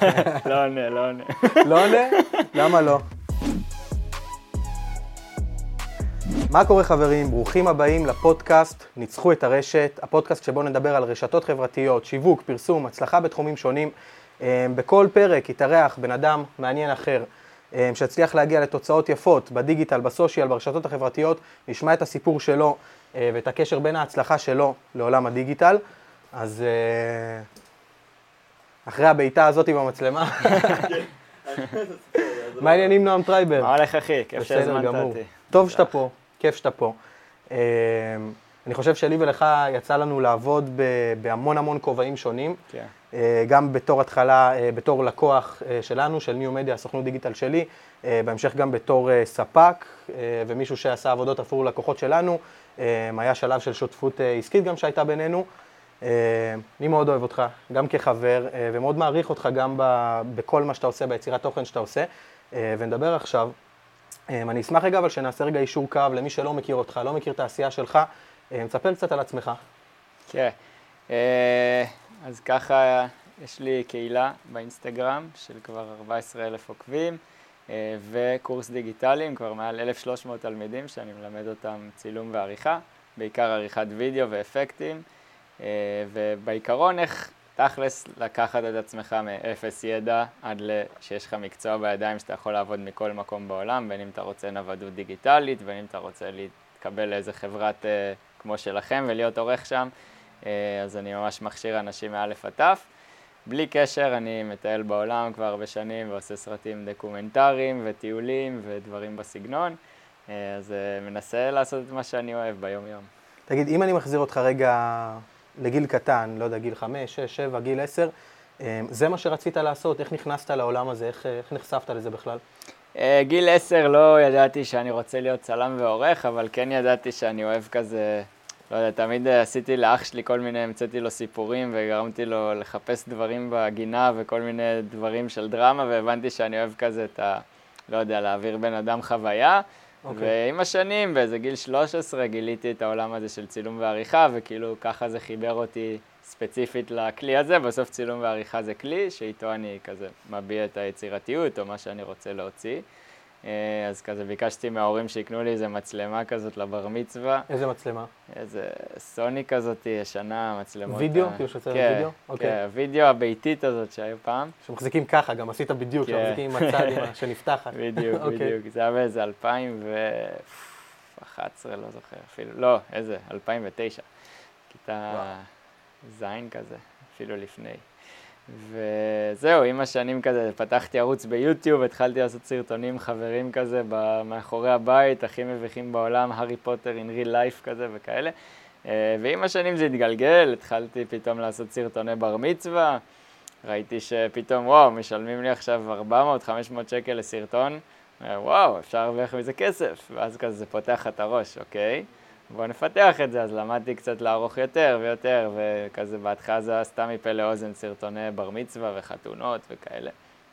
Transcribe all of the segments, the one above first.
לא עונה. לא עונה? למה לא? מה קורה חברים? ברוכים הבאים לפודקאסט ניצחו את הרשת, הפודקאסט שבו נדבר על רשתות חברתיות, שיווק, פרסום, הצלחה בתחומים שונים. בכל פרק יתארח בן אדם מעניין אחר, שהצליח להגיע לתוצאות יפות בדיגיטל, בסושיאל, ברשתות החברתיות, נשמע את הסיפור שלו ואת הקשר בין ההצלחה שלו לעולם הדיגיטל. אז אחרי הביתה הזאת במצלמה, מה העניינים נועם טרייבר? מה הולך אחי? כיף שהזמנת אותי. טוב שאתה פה, כיף שאתה פה. אני חושב שלי ולך יצא לנו לעבוד בהמון כובעים שונים. גם בתור התחלה, בתור לקוח שלנו, של ניו מדיה, הסוכנות דיגיטל שלי, בהמשך גם בתור ספק ומישהו שעשה עבודות עבור לקוחות שלנו. היה שלב של שותפות עסקית גם שהייתה בינינו. אני מאוד אוהב אותך, גם כחבר, ומאוד מעריך אותך גם בכל מה שאתה עושה, ביצירת תוכן שאתה עושה. ונדבר עכשיו. אני אשמח רגע, אבל שנעשה רגע אישור קו למי שלא מכיר אותך, לא מכיר את העשייה שלך. מספר קצת על עצמך. כן, אז ככה יש לי קהילה באינסטגרם של כבר 14,000 עוקבים, וקורס דיגיטלי עם כבר מעל 1,300 תלמידים שאני מלמד אותם צילום ועריכה, בעיקר עריכת וידאו ואפקטים, ובעיקרון איך תכלס לקחת את עצמך מאפס ידע עד שיש לך מקצוע בידיים שאתה יכול לעבוד מכל מקום בעולם, בין אם אתה רוצה נוודות דיגיטלית, בין אם אתה רוצה להתקבל לאיזה חברת כמו שלכם ולהיות עורך שם, אז אני ממש מכשיר אנשים מאלף עד תף. בלי קשר, אני מטייל בעולם כבר הרבה שנים ועושה סרטים דוקומנטריים וטיולים ודברים בסגנון, אז מנסה לעשות את מה שאני אוהב ביום יום. תגיד, אם אני מחזיר אותך רגע לגיל קטן, לא יודע, גיל 5, 6, 7, גיל 10, זה מה שרצית לעשות? איך נכנסת לעולם הזה? איך נחשפת לזה בכלל? גיל 10 לא ידעתי שאני רוצה להיות צלם ועורך, אבל כן ידעתי שאני אוהב כזה, לא יודע, תמיד עשיתי לאח שלי כל מיני, המצאתי לו סיפורים וגרמתי לו לחפש דברים בגינה וכל מיני דברים של דרמה, והבנתי שאני אוהב כזה את לא יודע, להעביר בן אדם חוויה. ועם השנים, באיזה גיל 13, גיליתי את העולם הזה של צילום ועריכה, וכאילו ככה זה חיבר אותי ספציפית לכלי הזה. בסוף צילום ועריכה זה כלי, שאיתו אני כזה מביע את היצירתיות, או מה שאני רוצה להוציא. אז כזה ביקשתי מההורים שיקנו לי איזה מצלמה כזאת לבר מצווה. איזה מצלמה? איזה סוני כזאת, ישנה, מצלמות. וידאו? כאילו שיוצא וידאו? כן, הוידאו הביתית הזאת שהיו פעם. שמחזיקים ככה, גם עשית בדיוק, שמחזיקים עם הצד שנפתחת. בדיוק. זה היה באיזה 2011, לא זוכר אפילו. לא, איזה, 2009. כיתה זין כזה, אפילו לפני. וזהו, עם השנים כזה פתחתי ערוץ ביוטיוב, התחלתי לעשות סרטונים חברים כזה מאחורי הבית, הכי מביכים בעולם, הארי פוטר in real life כזה וכאלה. ועם השנים זה התגלגל, התחלתי פתאום לעשות סרטוני בר מצווה, ראיתי שפתאום וואו, משלמים לי עכשיו 400-500 שקל לסרטון, וואו, אפשר להרוויח מזה כסף, ואז כזה זה פותח את הראש, אוקיי? בואו נפתח את זה, אז למדתי קצת לערוך יותר ויותר, וכזה בהתחלה זה היה סתם מפה לאוזן סרטוני בר מצווה וחתונות וכאלה.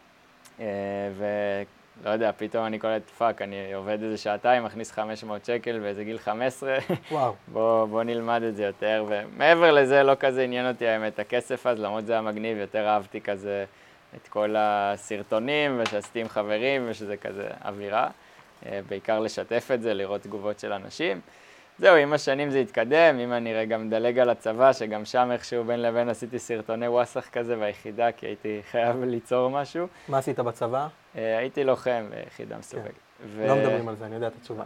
ולא יודע, פתאום אני קולט פאק, אני עובד איזה שעתיים, מכניס 500 שקל באיזה גיל 15, וואו. בוא נלמד את זה יותר, ומעבר לזה לא כזה עניין אותי האמת הכסף אז, למרות זה היה מגניב, יותר אהבתי כזה את כל הסרטונים ושעשיתי עם חברים ושזה כזה אווירה, בעיקר לשתף את זה, לראות תגובות של אנשים. זהו, עם השנים זה התקדם, אם אני רגע מדלג על הצבא, שגם שם איכשהו בין לבין עשיתי סרטוני וואסך כזה ביחידה, כי הייתי חייב ליצור משהו. מה עשית בצבא? הייתי לוחם ביחידה מסווגת. לא מדברים על זה, אני יודע את התשובה.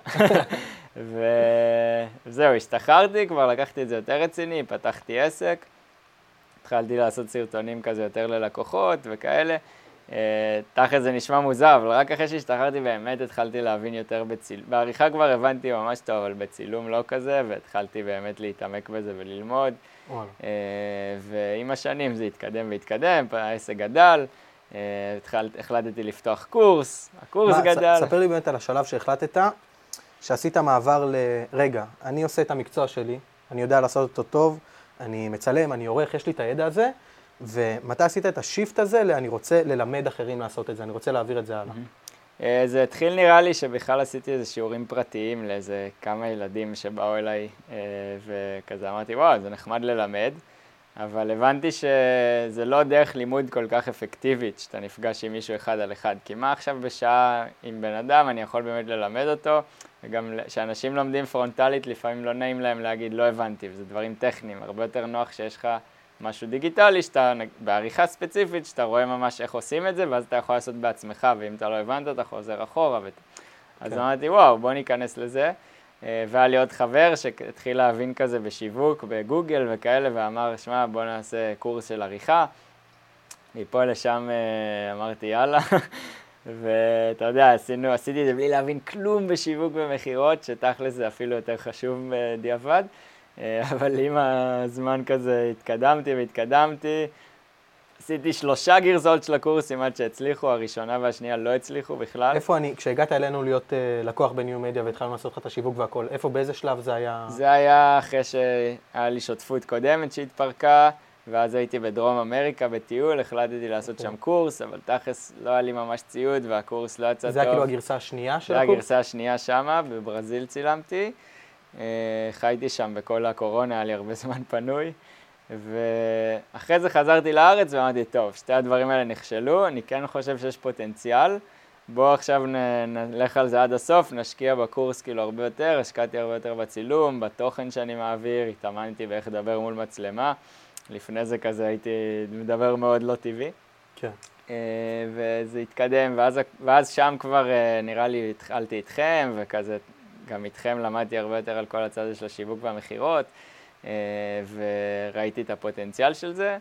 וזהו, השתחררתי, כבר לקחתי את זה יותר רציני, פתחתי עסק, התחלתי לעשות סרטונים כזה יותר ללקוחות וכאלה. תכף זה נשמע מוזר, אבל רק אחרי שהשתחררתי באמת התחלתי להבין יותר בצילום. בעריכה כבר הבנתי ממש טוב, אבל בצילום לא כזה, והתחלתי באמת להתעמק בזה וללמוד. ועם השנים זה התקדם והתקדם, העסק גדל, החלטתי לפתוח קורס, הקורס גדל. ספר לי באמת על השלב שהחלטת, שעשית מעבר רגע, אני עושה את המקצוע שלי, אני יודע לעשות אותו טוב, אני מצלם, אני עורך, יש לי את הידע הזה, ומתי עשית את השיפט הזה, אני רוצה ללמד אחרים לעשות את זה, אני רוצה להעביר את זה הלאה. זה התחיל נראה לי שבכלל עשיתי איזה שיעורים פרטיים לאיזה כמה ילדים שבאו אליי, וכזה אמרתי, וואו, זה נחמד ללמד. אבל הבנתי שזה לא דרך לימוד כל כך אפקטיבית, שאתה נפגש עם מישהו אחד על אחד. כי מה עכשיו בשעה עם בן אדם, אני יכול באמת ללמד אותו, וגם כשאנשים לומדים פרונטלית, לפעמים לא נעים להם להגיד, לא הבנתי, וזה דברים טכניים. הרבה יותר נוח שיש לך משהו דיגיטלי, שאתה בעריכה ספציפית, שאתה רואה ממש איך עושים את זה, ואז אתה יכול לעשות בעצמך, ואם אתה לא הבנת, אתה חוזר אחורה. אז אמרתי, וואו, בוא ניכנס לזה. והיה לי עוד חבר שהתחיל להבין כזה בשיווק, בגוגל וכאלה, ואמר, שמע, בוא נעשה קורס של עריכה. מפה לשם אמרתי, יאללה. ואתה יודע, עשיתי את זה בלי להבין כלום בשיווק ומחירות, שתכלס זה אפילו יותר חשוב בדיעבד. אבל עם הזמן כזה התקדמתי, עשיתי 3 גרסאות של הקורסים עד שהצליחו, הראשונה והשנייה לא הצליחו בכלל. איפה כשהגעת אלינו להיות לקוח בניו מדיה והתחלנו לעשות לך את השיווק והכל, באיזה שלב זה היה? זה היה אחרי שהיה לי שותפות קודמת שהתפרקה, ואז הייתי בדרום אמריקה בטיול, החלטתי לעשות שם קורס, אבל תכלס לא היה לי ממש ציוד והקורס לא יצא טוב. זה היה כאילו הגרסה השנייה של הקורס? זה הגרסה השנייה שמה, בברזיל צילמתי. חייתי שם בכל הקורונה, היה לי הרבה זמן פנוי. ואחרי זה חזרתי לארץ ואמרתי, טוב, שתי הדברים האלה נכשלו, אני כן חושב שיש פוטנציאל, בואו עכשיו נלך על זה עד הסוף, נשקיע בקורס כאילו הרבה יותר, השקעתי הרבה יותר בצילום, בתוכן שאני מעביר, התאמנתי באיך לדבר מול מצלמה, לפני זה כזה הייתי מדבר מאוד לא טבעי. כן. וזה התקדם, ואז שם כבר נראה לי התחלתי איתכם, וכזה גם איתכם למדתי הרבה יותר על כל הצד של השיווק והמחירות, וראיתי את הפוטנציאל של זה,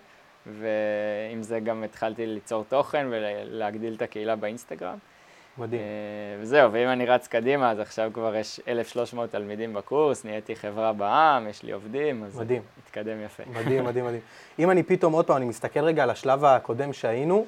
ועם זה גם התחלתי ליצור תוכן ולהגדיל את הקהילה באינסטגרם. מדהים. וזהו, ואם אני רץ קדימה, אז עכשיו כבר יש 1,300 תלמידים בקורס, נהייתי חברה בעם, יש לי עובדים, אז מדהים. התקדם יפה. מדהים, מדהים, מדהים. אם אני פתאום עוד פעם, אני מסתכל רגע על השלב הקודם שהיינו,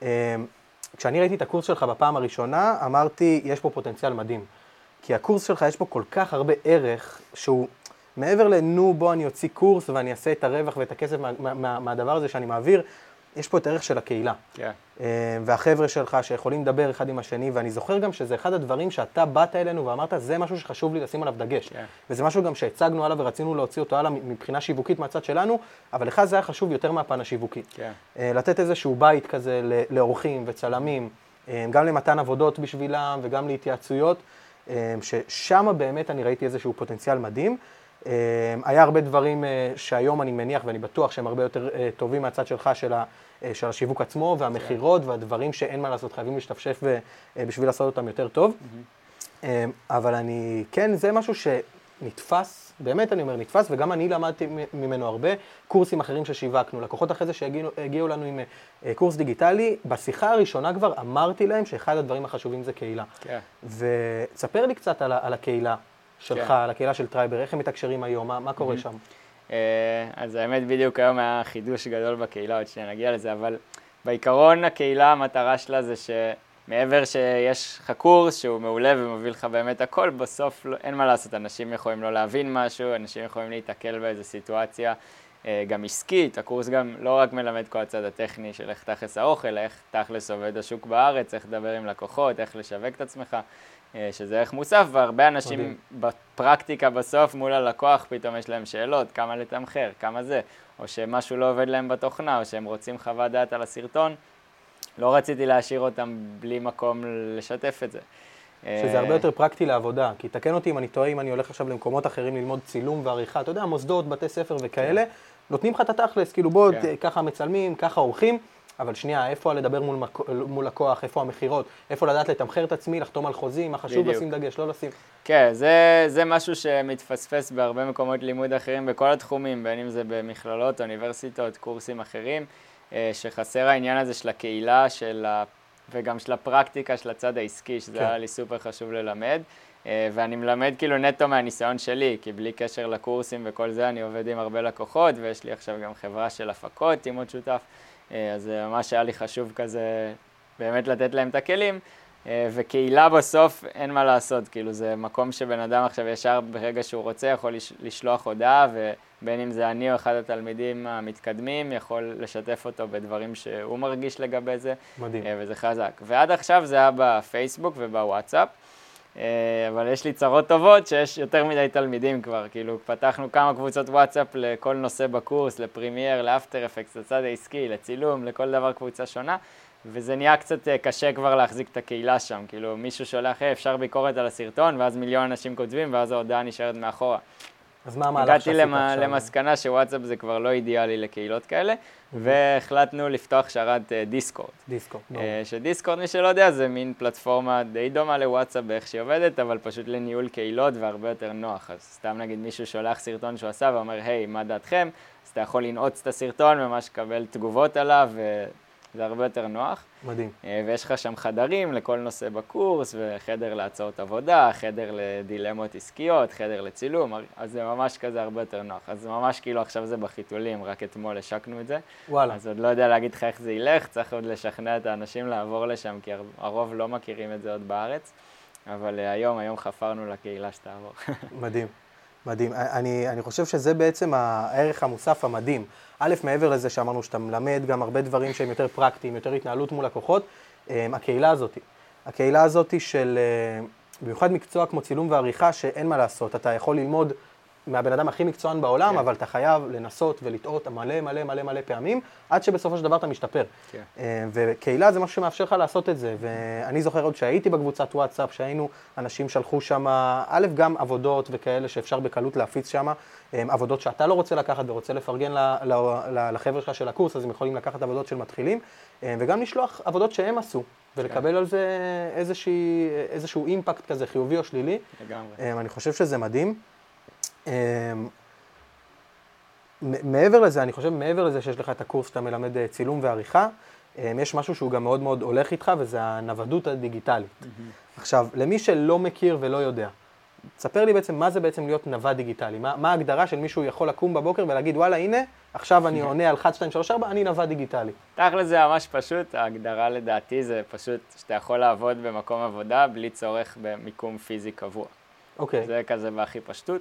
כשאני ראיתי את הקורס שלך בפעם הראשונה, אמרתי, יש פה פוטנציאל מדהים. כי הקורס שלך יש פה כל כך הרבה ערך, שהוא מעבר לנו, בוא אני אוציא קורס ואני אעשה את הרווח ואת הכסף מהדבר הזה שאני מעביר, יש פה את הערך של הקהילה. כן. והחבר'ה שלך שיכולים לדבר אחד עם השני, ואני זוכר גם שזה אחד הדברים שאתה באת אלינו ואמרת, זה משהו שחשוב לי לשים עליו דגש. כן. וזה משהו גם שהצגנו עליו ורצינו להוציא אותו הלאה מבחינה שיווקית מהצד שלנו, אבל לך זה היה חשוב יותר מהפן השיווקי. כן. לתת איזשהו בית כזה לאורחים וצלמים, גם למתן עבודות בשבילם וגם להתייעצויות, ששם באמת אני ראיתי איזשהו פוטנציאל מדהים. היה הרבה דברים שהיום אני מניח ואני בטוח שהם הרבה יותר טובים מהצד שלך של השיווק עצמו והמחירות והדברים שאין מה לעשות, חייבים להשתפשף בשביל לעשות אותם יותר טוב. אבל כן, זה משהו שנתפס, באמת אני אומר נתפס, וגם אני למדתי ממנו הרבה, קורסים אחרים ששיווקנו, לקוחות אחרי זה שהגיעו לנו עם קורס דיגיטלי, בשיחה הראשונה כבר אמרתי להם שאחד הדברים החשובים זה קהילה. וספר לי קצת על הקהילה שלך, על הקהילה של טרייבר, איך הם מתקשרים היום, מה קורה שם? אז האמת בדיוק היום היה חידוש גדול בקהילה, עוד שנגיע לזה, אבל בעיקרון הקהילה, המטרה שלה זה שמעבר שיש לך קורס שהוא מעולה ומוביל לך באמת הכל, בסוף אין מה לעשות, אנשים יכולים לא להבין משהו, אנשים יכולים להתעכל באיזו סיטואציה, גם עסקית, הקורס גם לא רק מלמד כל הצד הטכני של איך תכלס האוכל, איך תכלס עובד השוק בארץ, איך לדבר עם לקוחות, איך לשווק את עצמך, שזה ערך מוסף, והרבה אנשים מדהים. בפרקטיקה בסוף מול הלקוח פתאום יש להם שאלות, כמה לתמחר, כמה זה, או שמשהו לא עובד להם בתוכנה, או שהם רוצים חוות דעת על הסרטון, לא רציתי להשאיר אותם בלי מקום לשתף את זה. שזה הרבה יותר פרקטי לעבודה, כי תקן אותי אם אני טועה, אם אני הולך עכשיו למקומות אחרים ללמוד צילום ועריכה, אתה יודע, מוסדות, בתי ספר וכאלה, נותנים לך את התכלס, כאילו בוא, ככה מצלמים, ככה עורכים, אבל שנייה, איפה לדבר מול לקוח, איפה המחירות, איפה לדעת לתמחר את עצמי, לחתום על חוזים, מה חשוב לשים דגש, לא לשים. כן, זה משהו שמתפספס בהרבה מקומות לימוד אחרים בכל התחומים, בין אם זה במכללות, אוניברסיטאות, קורסים אחרים, שחסר העניין הזה של הקהילה, וגם של הפרקטיקה של הצד העסקי, שזה היה לי סופר חשוב ללמד, ואני מלמד כאילו נטו מהניסיון שלי, כי בלי קשר לקורסים וכל זה, אני עובד עם הרבה לקוחות, ויש לי עכשיו גם חברה של הפקות עם עוד שותף, אז ממש היה לי חשוב כזה באמת לתת להם את הכלים, וקהילה בסוף אין מה לעשות, כאילו זה מקום שבן אדם עכשיו ישר ברגע שהוא רוצה יכול לשלוח הודעה, ובין אם זה אני או אחד התלמידים המתקדמים יכול לשתף אותו בדברים שהוא מרגיש לגבי זה, מדהים. וזה חזק. ועד עכשיו זה היה בפייסבוק ובוואטסאפ, אבל יש לי צרות טובות שיש יותר מדי תלמידים כבר, כאילו פתחנו כמה קבוצות וואטסאפ לכל נושא בקורס, לפרימייר, לאפטר אפקטס, לצד העסקי, לצילום, לכל דבר קבוצה שונה, וזה נהיה קצת קשה כבר להחזיק את הקהילה שם, כאילו מישהו שולח, אפשר ביקורת על הסרטון, ואז מיליון אנשים כותבים, ואז ההודעה נשארת מאחורה. אז מה המהלך שעשית עכשיו? הגעתי למסקנה שוואטסאפ זה כבר לא אידיאלי לקהילות כאלה, והחלטנו לפתוח שרת דיסקורד. דיסקורד. שדיסקורד, מי שלא יודע, זה מין פלטפורמה די דומה לוואטסאפ באיך שהיא עובדת, אבל פשוט לניהול קהילות והרבה יותר נוח. אז סתם נגיד מישהו שולח סרטון שהוא עשה ואומר, היי, מה דעתכם? אז אתה יכול לנעוץ את הסרטון ממש לקבל תגובות עליו, זה הרבה יותר נוח. מדהים. ויש לך שם חדרים לכל נושא בקורס, וחדר להצעות עבודה, חדר לדילמות עסקיות, חדר לצילום, אז זה ממש כזה הרבה יותר נוח. אז זה ממש כאילו עכשיו זה בחיתולים, רק אתמול השקנו את זה. וואלה. אז עוד לא יודע להגיד לך איך זה ילך, צריך עוד לשכנע את האנשים לעבור לשם, כי הרוב לא מכירים את זה עוד בארץ, אבל היום חפרנו לקהילה שתעבור. מדהים. מדהים. אני חושב שזה בעצם הערך המוסף המדהים. א', מעבר לזה שאמרנו שאתה מלמד גם הרבה דברים שהם יותר פרקטיים, יותר התנהלות מול לקוחות, הקהילה הזאת של, במיוחד מקצוע כמו צילום ועריכה, שאין מה לעשות, אתה יכול ללמוד מהבן אדם הכי מקצוען בעולם, כן. אבל אתה חייב לנסות ולטעות מלא פעמים, עד שבסופו של דבר אתה משתפר. כן. וקהילה זה משהו שמאפשר לך לעשות את זה, ואני זוכר עוד שהייתי בקבוצת וואטסאפ, שהיינו, אנשים שלחו שם, א', גם עבודות וכאלה שאפשר בקלות להפיץ שם, עבודות שאתה לא רוצה לקחת ורוצה לפרגן לחבר'ה שלך של הקורס, אז הם יכולים לקחת עבודות של מתחילים, וגם לשלוח עבודות שהם עשו, ולקבל על זה איזשהו אימפקט כזה, חיובי או שלילי. לגמרי. אני חושב שזה מדהים. מעבר לזה, אני חושב מעבר לזה שיש לך את הקורס שאתה מלמד צילום ועריכה, יש משהו שהוא גם מאוד מאוד הולך איתך, וזה הנוודות הדיגיטלית. עכשיו, למי שלא מכיר ולא יודע, תספר לי בעצם מה זה בעצם להיות נווד דיגיטלי, מה ההגדרה של מישהו יכול לקום בבוקר ולהגיד, וואלה, הנה, עכשיו אני עונה על 1, 2, 3, 4, אני נווד דיגיטלי. תכל'ס זה ממש פשוט, ההגדרה לדעתי זה פשוט שאתה יכול לעבוד במקום עבודה בלי צורך במיקום פיזי קבוע. אוקיי. זה כזה בהכי פשטות.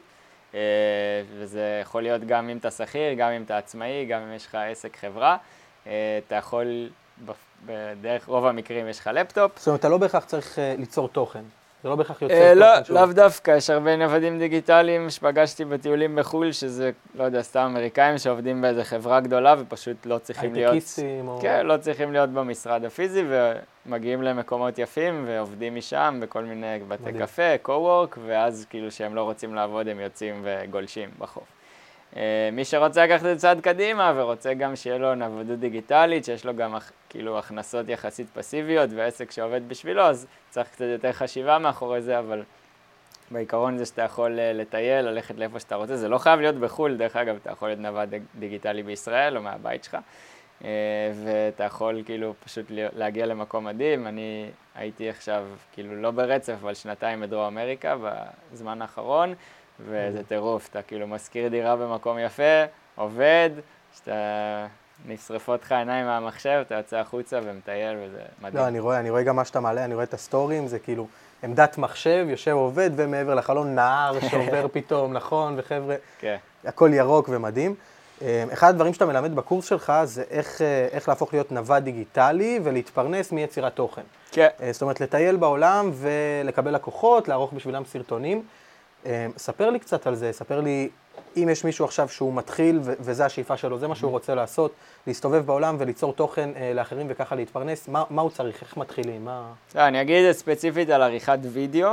וזה יכול להיות גם אם אתה שכיר, גם אם אתה עצמאי, גם אם יש לך עסק חברה. אתה יכול, בדרך רוב המקרים יש לך לפטופ. זאת אומרת, אתה לא בהכרח צריך ליצור תוכן. זה לא בהכרח יוצר תוכן. לאו דווקא, יש הרבה נוודים דיגיטליים שפגשתי בטיולים בחו"ל, שזה, לא יודע, סתם אמריקאים שעובדים באיזה חברה גדולה ופשוט לא צריכים להיות... הייטקיסטים או... כן, לא צריכים להיות במשרד הפיזי ומגיעים למקומות יפים ועובדים משם בכל מיני בתי קפה, קו-וורק, ואז כאילו שהם לא רוצים לעבוד הם יוצאים וגולשים בחוף. מי שרוצה לקחת את צעד קדימה ורוצה גם שיהיה לו נוודות דיגיטלית, שיש לו גם כאילו הכנסות יחסית פסיביות ועסק שעובד בשבילו, אז צריך קצת יותר חשיבה מאחורי זה, אבל בעיקרון זה שאתה יכול לטייל, ללכת לאיפה שאתה רוצה, זה לא חייב להיות בחו"ל, דרך אגב, אתה יכול להיות נווד דיגיטלי בישראל או מהבית שלך, ואתה יכול כאילו פשוט להגיע למקום מדהים. אני הייתי עכשיו כאילו לא ברצף, אבל 2 בדרום אמריקה בזמן האחרון, וזה טירוף, אתה כאילו מזכיר דירה במקום יפה, עובד, שאתה נשרפות לך עיניים מהמחשב, אתה יוצא החוצה ומטייל וזה מדהים. לא, אני רואה גם מה שאתה מעלה, אני רואה את הסטורים, זה כאילו עמדת מחשב, יושב עובד ומעבר לחלון נהר שעובר פתאום, נכון, וחבר'ה, הכל ירוק ומדהים. אחד הדברים שאתה מלמד בקורס שלך זה איך להפוך להיות נווד דיגיטלי ולהתפרנס מיצירת תוכן. כן. זאת אומרת, לטייל בעולם ולקבל לקוחות, לערוך בשבילם סרטונים. ספר לי קצת על זה, ספר לי אם יש מישהו עכשיו שהוא מתחיל וזה השאיפה שלו, זה מה שהוא רוצה לעשות, להסתובב בעולם וליצור תוכן לאחרים וככה להתפרנס, מה הוא צריך, איך מתחילים, אני אגיד ספציפית על עריכת וידאו,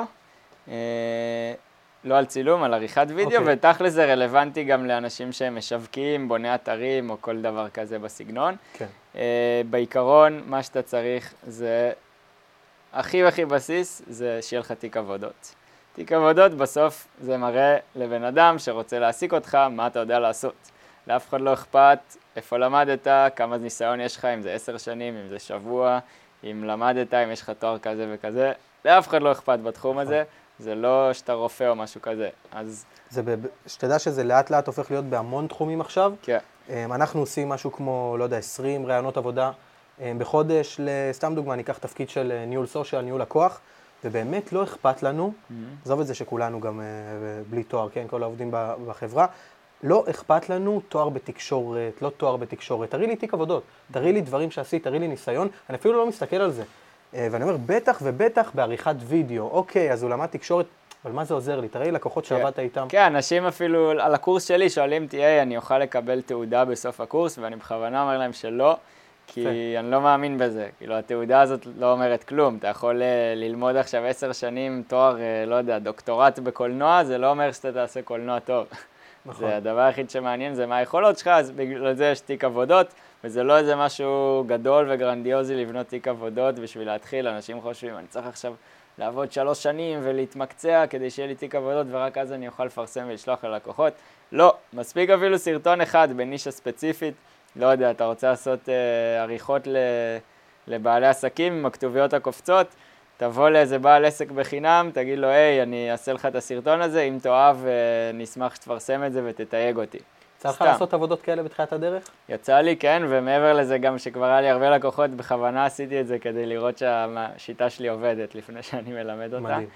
לא על צילום, על עריכת וידאו, ותכל'ס זה רלוונטי גם לאנשים שהם משווקים, בוני אתרים או כל דבר כזה בסגנון. בעיקרון, מה שאתה צריך זה, הכי בסיס, זה שיהיה לך תיק עבודות. תיק עבודות בסוף זה מראה לבן אדם שרוצה להעסיק אותך מה אתה יודע לעשות. לאף אחד לא אכפת איפה למדת, כמה ניסיון יש לך, אם זה 10 שנים, אם זה שבוע, אם למדת, אם יש לך תואר כזה וכזה. לאף אחד לא אכפת בתחום הזה, זה לא שאתה רופא או משהו כזה. אז... שתדע שזה לאט לאט הופך להיות בהמון תחומים עכשיו. כן. אנחנו עושים משהו כמו, לא יודע, 20 רעיונות עבודה בחודש, סתם דוגמה, אני אקח תפקיד של ניהול סושיאל, ניהול לקוח, ובאמת לא אכפת לנו, עזוב את זה שכולנו גם בלי תואר, כן, כל העובדים בחברה, לא אכפת לנו תואר בתקשורת, לא תואר בתקשורת, תראי לי תיק עבודות, תראי לי דברים שעשית, תראי לי ניסיון, אני אפילו לא מסתכל על זה. ואני אומר, בטח ובטח בעריכת וידאו. אוקיי, אז הוא למד תקשורת, אבל מה זה עוזר לי? תראי לקוחות שעבדת איתם. כן, אנשים אפילו על הקורס שלי שואלים אותי, אני אוכל לקבל תעודה בסוף הקורס, ואני בכוונה אומר להם שלא, כי אני לא מאמין בזה. כאילו, התעודה הזאת לא אומרת כלום. אתה יכול ללמוד עכשיו 10 שנים תואר, לא יודע, דוקטורט בקולנוע, זה לא אומר שאתה תעשה קולנוע טוב. נכון. זה הדבר היחיד שמעניין, זה מה היכולות שלך, אז בגלל זה יש תיק עבודות, וזה לא איזה משהו גדול וגרנדיוזי לבנות תיק עבודות בשביל להתחיל. אנשים חושבים, אני צריך עכשיו לעבוד 3 שנים ולהתמקצע כדי שיהיה לי תיק עבודות, ורק אז אני אוכל לפרסם ולשלוח ללקוחות. לא, מספיק אפילו סרטון אחד בנישה ספציפית. לא יודע, אתה רוצה לעשות עריכות לבעלי עסקים עם הכתוביות הקופצות, תבוא לאיזה בעל עסק בחינם, תגיד לו, אני אעשה לך את הסרטון הזה, אם תאהב, נשמח שתפרסם את זה ותתייג אותי. יצא לך לעשות עבודות כאלה בתחילת הדרך? יצא לי, כן, ומעבר לזה גם שכבר היה לי הרבה לקוחות, בכוונה עשיתי את זה כדי לראות שהשיטה שלי עובדת לפני שאני מלמד אותה. מדהים.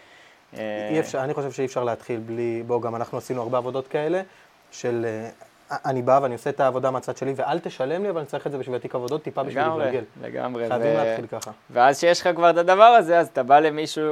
אני חושב שאי אפשר להתחיל בלי, גם אנחנו עשינו הרבה עבודות כאלה, של אני בא ואני עושה את העבודה מהצד שלי, ואל תשלם לי, אבל אני צריך את זה בשביל תיק עבודות, טיפה בשביל להתגלגל. לגמרי. חייבים להתחיל ככה. ואז שיש לך כבר את הדבר הזה, אז אתה בא למישהו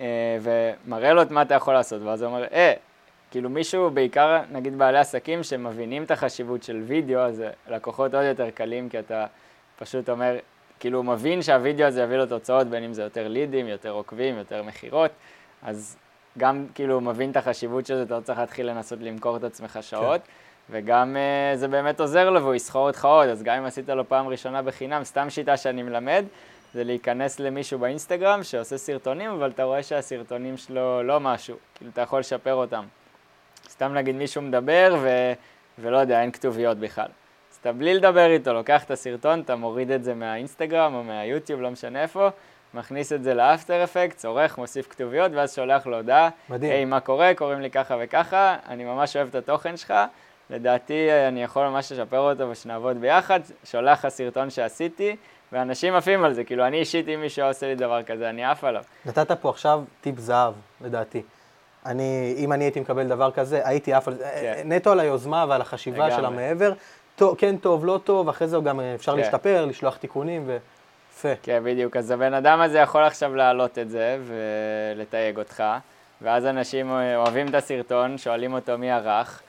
ומראה לו את מה אתה יכול לעשות, ואז הוא אומר, כאילו מישהו, בעיקר נגיד בעלי עסקים שמבינים את החשיבות של וידאו, אז לקוחות עוד יותר קלים, כי אתה פשוט אומר, כאילו הוא מבין שהווידאו הזה יביא לו תוצאות, בין אם זה יותר לידים, יותר עוקבים, יותר מחירות, אז גם כאילו הוא מבין את החשיבות של זה, אתה לא צריך להתחיל לנסות למכור את עצמך שעות, וגם זה באמת עוזר לו והוא יסחור אותך עוד, אז גם אם עשית לו פעם ראשונה בחינם, סתם שיטה שאני מלמד, זה להיכנס למישהו באינסטגרם שעושה סרטונים, אבל אתה רואה שהסרטונים שלו לא משהו, כאילו אתה יכול לשפר אותם. סתם נגיד מישהו מדבר ולא יודע, אין כתוביות בכלל. אז אתה בלי לדבר איתו, לוקח את הסרטון, אתה מוריד את זה מהאינסטגרם או מהיוטיוב, לא משנה איפה, מכניס את זה לאפטר אפקט, עורך, מוסיף כתוביות, ואז שולח לו הודעה, היי, מה קורה? קוראים לי ככה וככה, אני ממש אוהב את התוכן שלך, לדעתי אני יכול ממש לשפר אותו ושנעבוד ביחד, שולח לך סרטון שעשיתי, ואנשים עפים על זה, כאילו אני אישית אם מישהו עושה לי דבר כזה, אני עף עליו. נתת פה עכשיו טיפ זהב, לדעתי. אם אני הייתי מקבל דבר כזה, הייתי עף על זה, נטו על היוזמה ועל החשיבה של המעבר, כן טוב, לא טוב, אחרי זה גם אפשר להשתפר, לשלוח תיקונים ויפה. כן, בדיוק, אז הבן אדם הזה יכול עכשיו להעלות את זה ולתייג אותך, ואז אנשים אוהבים את הסרטון, שואלים אותו מי ערך,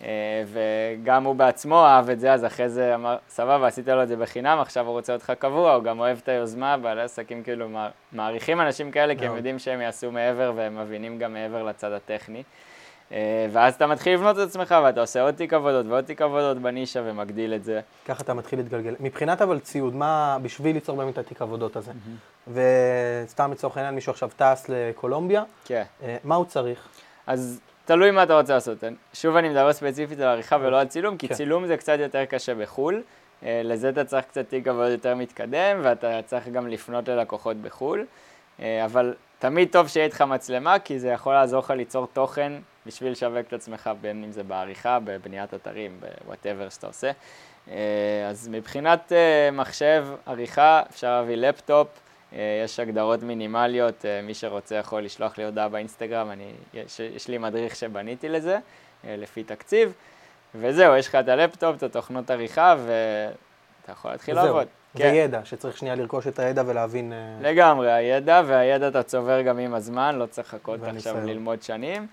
וגם הוא בעצמו אהב את זה, אז אחרי זה אמר, סבבה, עשית לו את זה בחינם, עכשיו הוא רוצה אותך קבוע, הוא גם אוהב את היוזמה, בעלי עסקים כאילו מעריכים אנשים כאלה, כי הם יודעים שהם יעשו מעבר, והם מבינים גם מעבר לצד הטכני. ואז אתה מתחיל לבנות את עצמך, ואתה עושה עוד תיק עבודות ועוד תיק עבודות בנישה, ומגדיל את זה. ככה אתה מתחיל להתגלגל. מבחינת אבל ציוד, מה בשביל ליצור באמת את התיק עבודות הזה? וסתם לצורך העניין, מישהו עכשיו טס לקולומביה, מה הוא צריך? אז תלוי מה אתה רוצה לעשות. שוב אני מדבר ספציפית על עריכה ולא על צילום, כי צילום זה קצת יותר קשה בחול. לזה אתה צריך קצת תיק עבודות יותר מתקדם, ואתה צריך גם לפנות ללקוחות בחול. אבל תמיד טוב שיהיה איתך מצלמה, כי זה יכול לעזור לך ליצור תוכן בשביל לשווק את עצמך, בין אם זה בעריכה, בבניית אתרים, ב-whatever שאתה עושה. אז מבחינת מחשב, עריכה, אפשר להביא לפטופ, יש הגדרות מינימליות, מי שרוצה יכול לשלוח לי הודעה באינסטגרם, יש לי מדריך שבניתי לזה, לפי תקציב, וזהו, יש לך את הלפטופ, את התוכנות עריכה, ואתה יכול להתחיל לעבוד. זה ידע, שצריך שנייה לרכוש את הידע ולהבין... לגמרי, הידע, והידע אתה צובר גם עם הזמן, לא צריך לחכות עכשיו ללמוד שנים,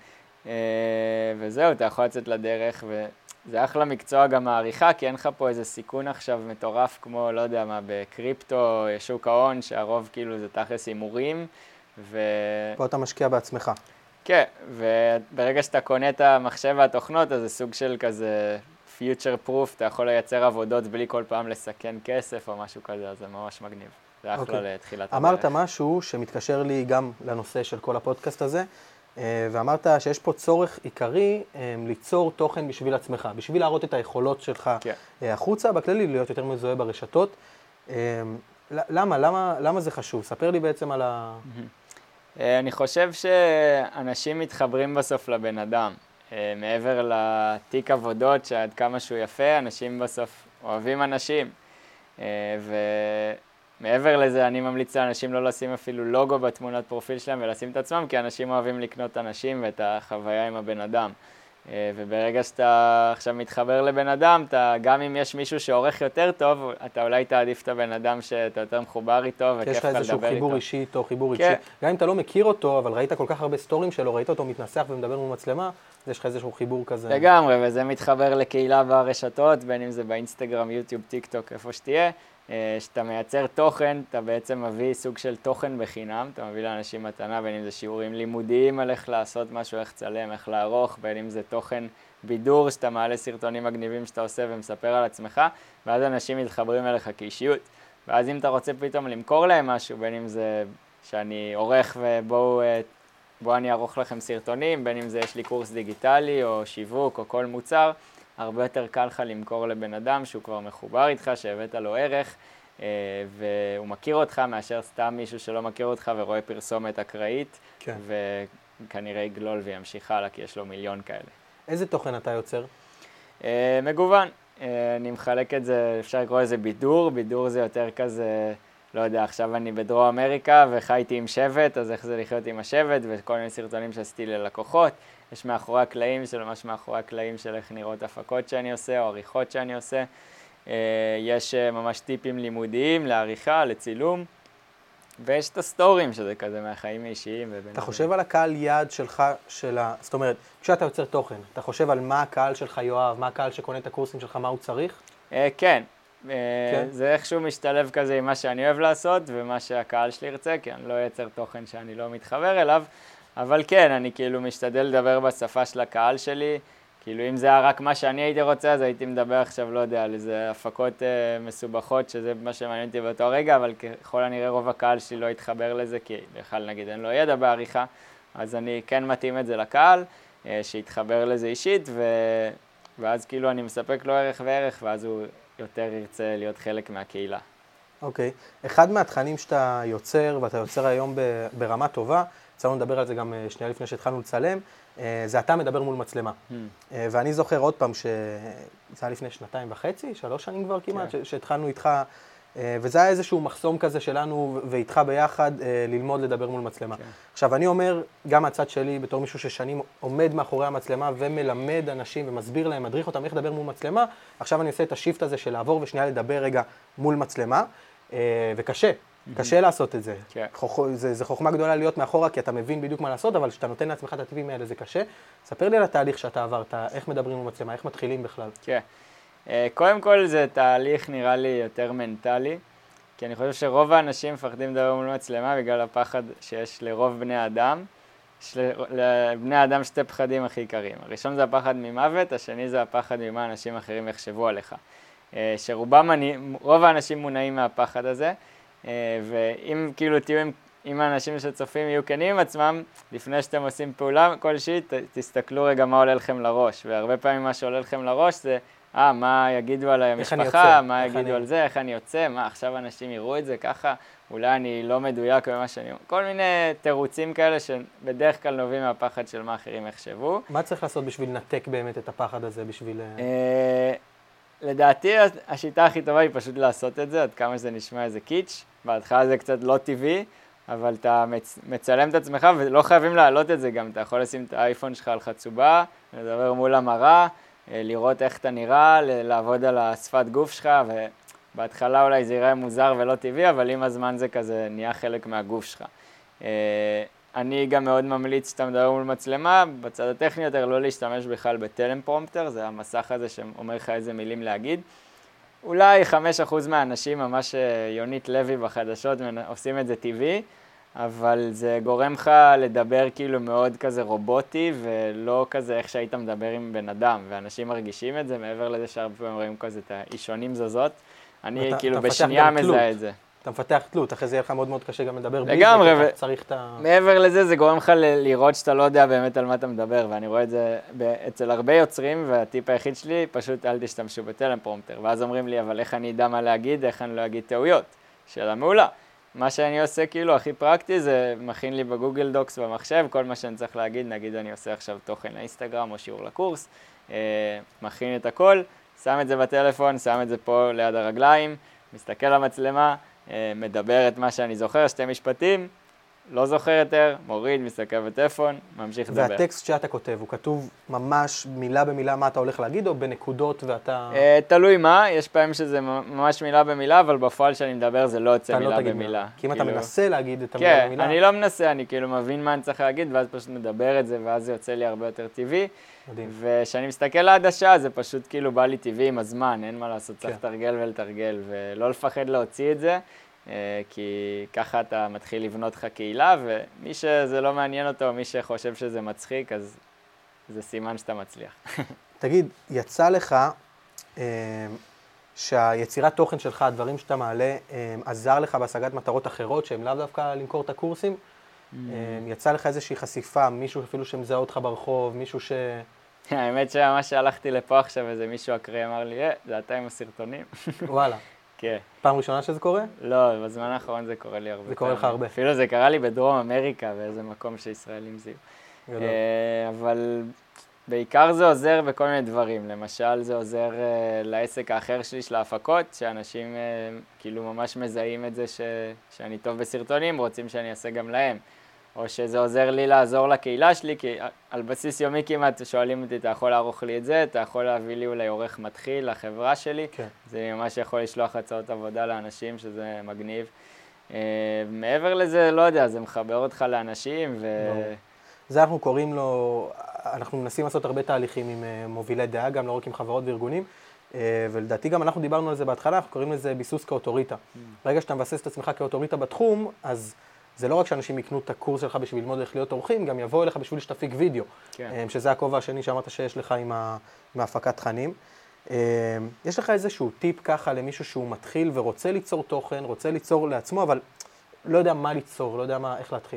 וזהו, אתה יכול לצאת לדרך, זה אחלה מקצוע גם העריכה, כי אין לך פה איזה סיכון עכשיו מטורף כמו, לא יודע מה, בקריפטו, שוק ההון, שהרוב כאילו זה תכלס הימורים. פה אתה משקיע בעצמך. כן, וברגע שאתה קונה את המחשב והתוכנות, אז זה סוג של כזה future proof, אתה יכול לייצר עבודות בלי כל פעם לסכן כסף או משהו כזה, אז זה ממש מגניב. זה אחלה לתחילת הדרך. אמרת משהו שמתקשר לי גם לנושא של כל הפודקאסט הזה, ואמרת שיש פה צורך עיקרי ליצור תוכן בשביל עצמך, בשביל להראות את היכולות שלך החוצה, בכללי להיות יותר מזוהה ברשתות. למה זה חשוב? ספר לי בעצם על ה... אני חושב שאנשים מתחברים בסוף לבן אדם. מעבר לתיק עבודות שעד כמה שהוא יפה, אנשים בסוף אוהבים אנשים. מעבר לזה, אני ממליץ לאנשים לא לשים אפילו לוגו בתמונת פרופיל שלהם ולשים את עצמם, כי אנשים אוהבים לקנות אנשים ואת החוויה עם הבן אדם. וברגע שאתה עכשיו מתחבר לבן אדם, גם אם יש מישהו שעורך יותר טוב, אתה אולי תעדיף את הבן אדם שאתה יותר מחובר איתו, וכיף לך לדבר איתו. יש לך איזשהו חיבור אישי איתו, חיבור רגשי. גם אם אתה לא מכיר אותו, אבל ראית כל כך הרבה סטורים שלו, ראית אותו מתנסח ומדבר מול מצלמה, אז יש לך איזשהו חיבור כזה. לגמרי, וזה מתחבר לקהילה ברשתות, בין אם זה באינסטגרם, יוטיוב, טיק טוק, איפה שתהיה. שאתה מייצר תוכן, אתה בעצם מביא סוג של תוכן בחינם, אתה מביא לאנשים מתנה, בין אם זה שיעורים לימודיים על איך לעשות משהו, איך לצלם, איך לערוך, בין אם זה תוכן בידור, שאתה מעלה סרטונים מגניבים שאתה עושה ומספר על עצמך, ואז אנשים מתחברים אליך כאישיות. ואז אם אתה רוצה פתאום למכור להם משהו, בין אם זה שאני עורך ובואו אני אערוך לכם סרטונים, בין אם זה יש לי קורס דיגיטלי או שיווק או כל מוצר, הרבה יותר קל לך למכור לבן אדם שהוא כבר מחובר איתך, שהבאת לו ערך, והוא מכיר אותך מאשר סתם מישהו שלא מכיר אותך ורואה פרסומת אקראית, כן. וכנראה יגלול וימשיך הלאה, כי יש לו מיליון כאלה. איזה תוכן אתה יוצר? מגוון. אני מחלק את זה, אפשר לקרוא לזה בידור. בידור זה יותר כזה, לא יודע, עכשיו אני בדרום אמריקה וחייתי עם שבט, אז איך זה לחיות עם השבט, וכל מיני סרטונים שעשיתי ללקוחות. יש מאחורי הקלעים של ממש מאחורי הקלעים של איך נראות הפקות שאני עושה או עריכות שאני עושה. יש ממש טיפים לימודיים לעריכה, לצילום, ויש את הסטורים שזה כזה מהחיים האישיים. אתה חושב על הקהל יעד שלך, זאת אומרת, כשאתה יוצר תוכן, אתה חושב על מה הקהל שלך יואב, מה הקהל שקונה את הקורסים שלך, מה הוא צריך? כן. זה איכשהו משתלב כזה עם מה שאני אוהב לעשות ומה שהקהל שלי ירצה, כי אני לא אייצר תוכן שאני לא מתחבר אליו. אבל כן, אני כאילו משתדל לדבר בשפה של הקהל שלי, כאילו אם זה היה רק מה שאני הייתי רוצה, אז הייתי מדבר עכשיו, לא יודע, על איזה הפקות מסובכות, שזה מה שמעניין אותי באותו רגע, אבל ככל הנראה רוב הקהל שלי לא יתחבר לזה, כי בכלל נגיד אין לו ידע בעריכה, אז אני כן מתאים את זה לקהל, שיתחבר לזה אישית, ואז כאילו אני מספק לו ערך וערך, ואז הוא יותר ירצה להיות חלק מהקהילה. אוקיי. אחד מהתכנים שאתה יוצר, ואתה יוצר היום ברמה טובה, הצלחנו לדבר על זה גם שנייה לפני שהתחלנו לצלם, זה אתה מדבר מול מצלמה. ואני זוכר עוד פעם שזה היה לפני 2.5, 3 שנים כבר כמעט, שהתחלנו איתך, וזה היה איזשהו מחסום כזה שלנו ואיתך ביחד ללמוד לדבר מול מצלמה. עכשיו אני אומר, גם מהצד שלי, בתור מישהו ששנים עומד מאחורי המצלמה ומלמד אנשים ומסביר להם, מדריך אותם איך לדבר מול מצלמה, עכשיו אני עושה את השיפט הזה של לעבור ושנייה לדבר רגע מול מצלמה, וקשה. קשה לעשות את זה. זה חוכמה גדולה להיות מאחורה, כי אתה מבין בדיוק מה לעשות, אבל כשאתה נותן לעצמך את הטיפים האלה, זה קשה. ספר לי על התהליך שאתה עברת, איך מדברים עם מצלמה, איך מתחילים בכלל. כן. קודם כל זה תהליך נראה לי יותר מנטלי, כי אני חושב שרוב האנשים מפחדים לדבר מול מצלמה בגלל הפחד שיש לרוב בני האדם. יש לבני האדם שתי פחדים הכי עיקריים. הראשון זה הפחד ממוות, השני זה הפחד ממה אנשים אחרים יחשבו עליך. רוב האנשים מונעים מהפחד הזה, ואם כאילו תהיו עם האנשים שצופים יהיו כנים עם עצמם, לפני שאתם עושים פעולה כלשהי, תסתכלו רגע מה עולה לכם לראש, והרבה פעמים מה שעולה לכם לראש זה, מה יגידו על המשפחה, מה יגידו על זה, איך אני יוצא, מה עכשיו אנשים יראו את זה ככה, אולי אני לא מדויק במה שאני אומר, כל מיני תירוצים כאלה שבדרך כלל נובעים מהפחד של מה אחרים יחשבו. מה צריך לעשות בשביל לנתק באמת את הפחד הזה בשביל... לדעתי השיטה הכי טובה היא פשוט לעשות את זה, עד כמה שזה נשמע איזה קיץ', בהתחלה זה קצת לא טבעי, אבל אתה מצלם את עצמך ולא חייבים להעלות את זה גם, אתה יכול לשים את האייפון שלך על חצובה, לדבר מול המראה, לראות איך אתה נראה, לעבוד על השפת גוף שלך, ובהתחלה אולי זה יראה מוזר ולא טבעי, אבל עם הזמן זה כזה נהיה חלק מהגוף שלך. אני גם מאוד ממליץ שאתה מדבר מול מצלמה, בצד הטכני יותר לא להשתמש בכלל בטלפרומפטר, זה המסך הזה שאומר לך איזה מילים להגיד. אולי 5% מהאנשים, ממש יונית לוי בחדשות, עושים את זה טבעי, אבל זה גורם לך לדבר כאילו מאוד כזה רובוטי, ולא כזה איך שהיית מדבר עם בן אדם, ואנשים מרגישים את זה, מעבר לזה שהרבה פעמים רואים כזה את האישונים זזות. אני כאילו בשנייה מזהה את זה. אתה מפתח תלות, אחרי זה יהיה לך מאוד מאוד קשה גם לדבר בלי, לגמרי, צריך את ה... מעבר לזה זה גורם לך לראות שאתה לא יודע באמת על מה אתה מדבר, ואני רואה את זה אצל הרבה יוצרים, והטיפ היחיד שלי, פשוט אל תשתמשו בטלפרומפטר, ואז אומרים לי, אבל איך אני אדע מה להגיד, איך אני לא אגיד טעויות? שאלה מעולה. מה שאני עושה כאילו הכי פרקטי זה מכין לי בגוגל דוקס במחשב, כל מה שאני צריך להגיד, נגיד אני עושה עכשיו תוכן לאינסטגרם או שיעור לקורס, מכין את הכל, שם את זה בטלפון, שם את זה פה ליד הרגליים, מסתכל למצלמה, מדבר את מה שאני זוכר, 2 משפטים, לא זוכר יותר, מוריד, מסתכל בטלפון, ממשיך לדבר. והטקסט שאתה כותב, הוא כתוב ממש מילה במילה מה אתה הולך להגיד, או בנקודות ואתה... תלוי מה, יש פעמים שזה ממש מילה במילה, אבל בפועל שאני מדבר זה לא יוצא מילה במילה. כי אם אתה מנסה להגיד את המילה במילה... כן, אני לא מנסה, אני כאילו מבין מה אני צריך להגיד, ואז פשוט מדבר את זה, ואז זה יוצא לי הרבה יותר טבעי. מדהים. וכשאני מסתכל לעדשה, זה פשוט כאילו בא לי טבעי עם הזמן, אין מה לעשות, צריך לתרגל ולתרגל, ולא לפחד להוציא את זה. כי ככה אתה מתחיל לבנות לך קהילה, ומי שזה לא מעניין אותו, מי שחושב שזה מצחיק, אז זה סימן שאתה מצליח. תגיד, יצא לך שהיצירת תוכן שלך, הדברים שאתה מעלה, עזר לך בהשגת מטרות אחרות, שהם לאו דווקא למכור את הקורסים? יצא לך איזושהי חשיפה, מישהו אפילו שמזהה אותך ברחוב, מישהו ש... האמת שממש שהלכתי לפה עכשיו, איזה מישהו אקראי אמר לי, זה אתה עם הסרטונים. וואלה. כן. פעם ראשונה שזה קורה? לא, בזמן האחרון זה קורה לי הרבה. זה קורה לך הרבה. אפילו זה קרה לי בדרום אמריקה, באיזה מקום שישראלים זיהו. אבל בעיקר זה עוזר בכל מיני דברים. למשל, זה עוזר לעסק האחר שלי, של ההפקות, שאנשים כאילו ממש מזהים את זה שאני טוב בסרטונים, רוצים שאני אעשה גם להם. או שזה עוזר לי לעזור לקהילה שלי, כי על בסיס יומי כמעט שואלים אותי, אתה יכול לערוך לי את זה, אתה יכול להביא לי אולי עורך מתחיל לחברה שלי, כן. זה ממש יכול לשלוח הצעות עבודה לאנשים, שזה מגניב. מעבר לזה, לא יודע, זה מחבר אותך לאנשים זה אנחנו קוראים לו, אנחנו מנסים לעשות הרבה תהליכים עם מובילי דעה, גם לא רק עם חברות וארגונים, ולדעתי גם אנחנו דיברנו על זה בהתחלה, אנחנו קוראים לזה ביסוס כאוטוריטה. ברגע שאתה מבסס את עצמך כאוטוריטה בתחום, אז זה לא רק שאנשים יקנו את הקורס שלך בשביל ללמוד איך להיות עורכים, גם יבואו אליך בשביל שתפיק וידאו, כן. שזה הכובע השני שאמרת שיש לך עם ההפקת תכנים. יש לך איזשהו טיפ ככה למישהו שהוא מתחיל ורוצה ליצור תוכן, רוצה ליצור לעצמו, אבל לא יודע מה ליצור, לא יודע איך להתחיל.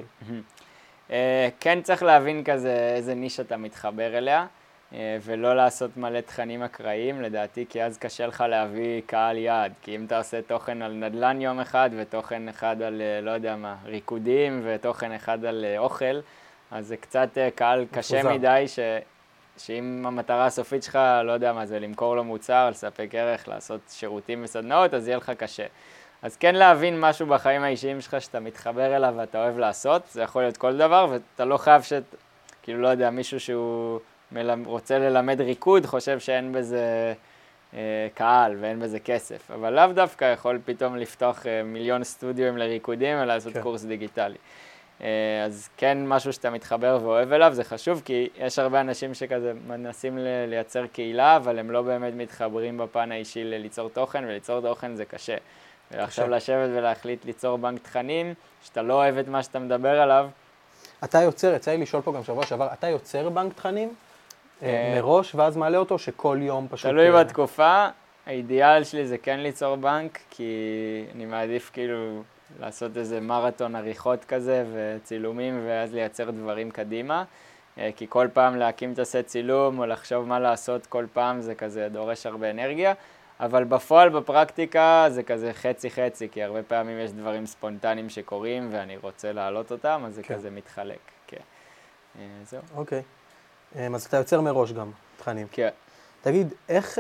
כן צריך להבין כזה איזה נישה אתה מתחבר אליה, ולא לעשות מלא תכנים אקראיים, לדעתי, כי אז קשה לך להביא קהל יעד. כי אם אתה עושה תוכן על נדל"ן יום אחד, ותוכן אחד על, לא יודע מה, ריקודים, ותוכן אחד על אוכל, אז זה קצת קהל קשה מדי, שאם המטרה הסופית שלך, לא יודע מה, זה למכור לו מוצר, לספק ערך, לעשות שירותים וסדנאות, אז יהיה לך קשה. אז כן להבין משהו בחיים האישיים שלך שאתה מתחבר אליו ואתה אוהב לעשות, זה יכול להיות כל דבר, ואתה לא חייב כאילו לא יודע, מישהו שהוא רוצה ללמד ריקוד, חושב שאין בזה קהל ואין בזה כסף, אבל לאו דווקא יכול פתאום לפתוח מיליון סטודיו לריקודים ולעשות קורס דיגיטלי. אז כן משהו שאתה מתחבר ואוהב אליו, זה חשוב, כי יש הרבה אנשים שכזה מנסים לייצר קהילה, אבל הם לא באמת מתחברים בפן האישי ליצור תוכן, וליצור תוכן זה קשה. ועכשיו לשבת ולהחליט ליצור בנק תכנים, שאתה לא אוהב את מה שאתה מדבר עליו. אתה יוצר, יצא לי לשאול פה גם שבוע שעבר, אתה יוצר בנק תכנים מראש ואז מעלה אותו, שכל יום פשוט... תלוי בתקופה, האידיאל שלי זה כן ליצור בנק, כי אני מעדיף כאילו לעשות איזה מרתון עריכות כזה וצילומים, ואז לייצר דברים קדימה, כי כל פעם להקים את הסט צילום או לחשוב מה לעשות כל פעם זה כזה דורש הרבה אנרגיה. אבל בפועל, בפרקטיקה, זה כזה חצי-חצי, כי הרבה פעמים יש דברים ספונטניים שקורים, ואני רוצה להעלות אותם, אז זה כזה מתחלק. כן. זהו. אוקיי. אז אתה יוצר מראש גם תכנים. כן. תגיד, איך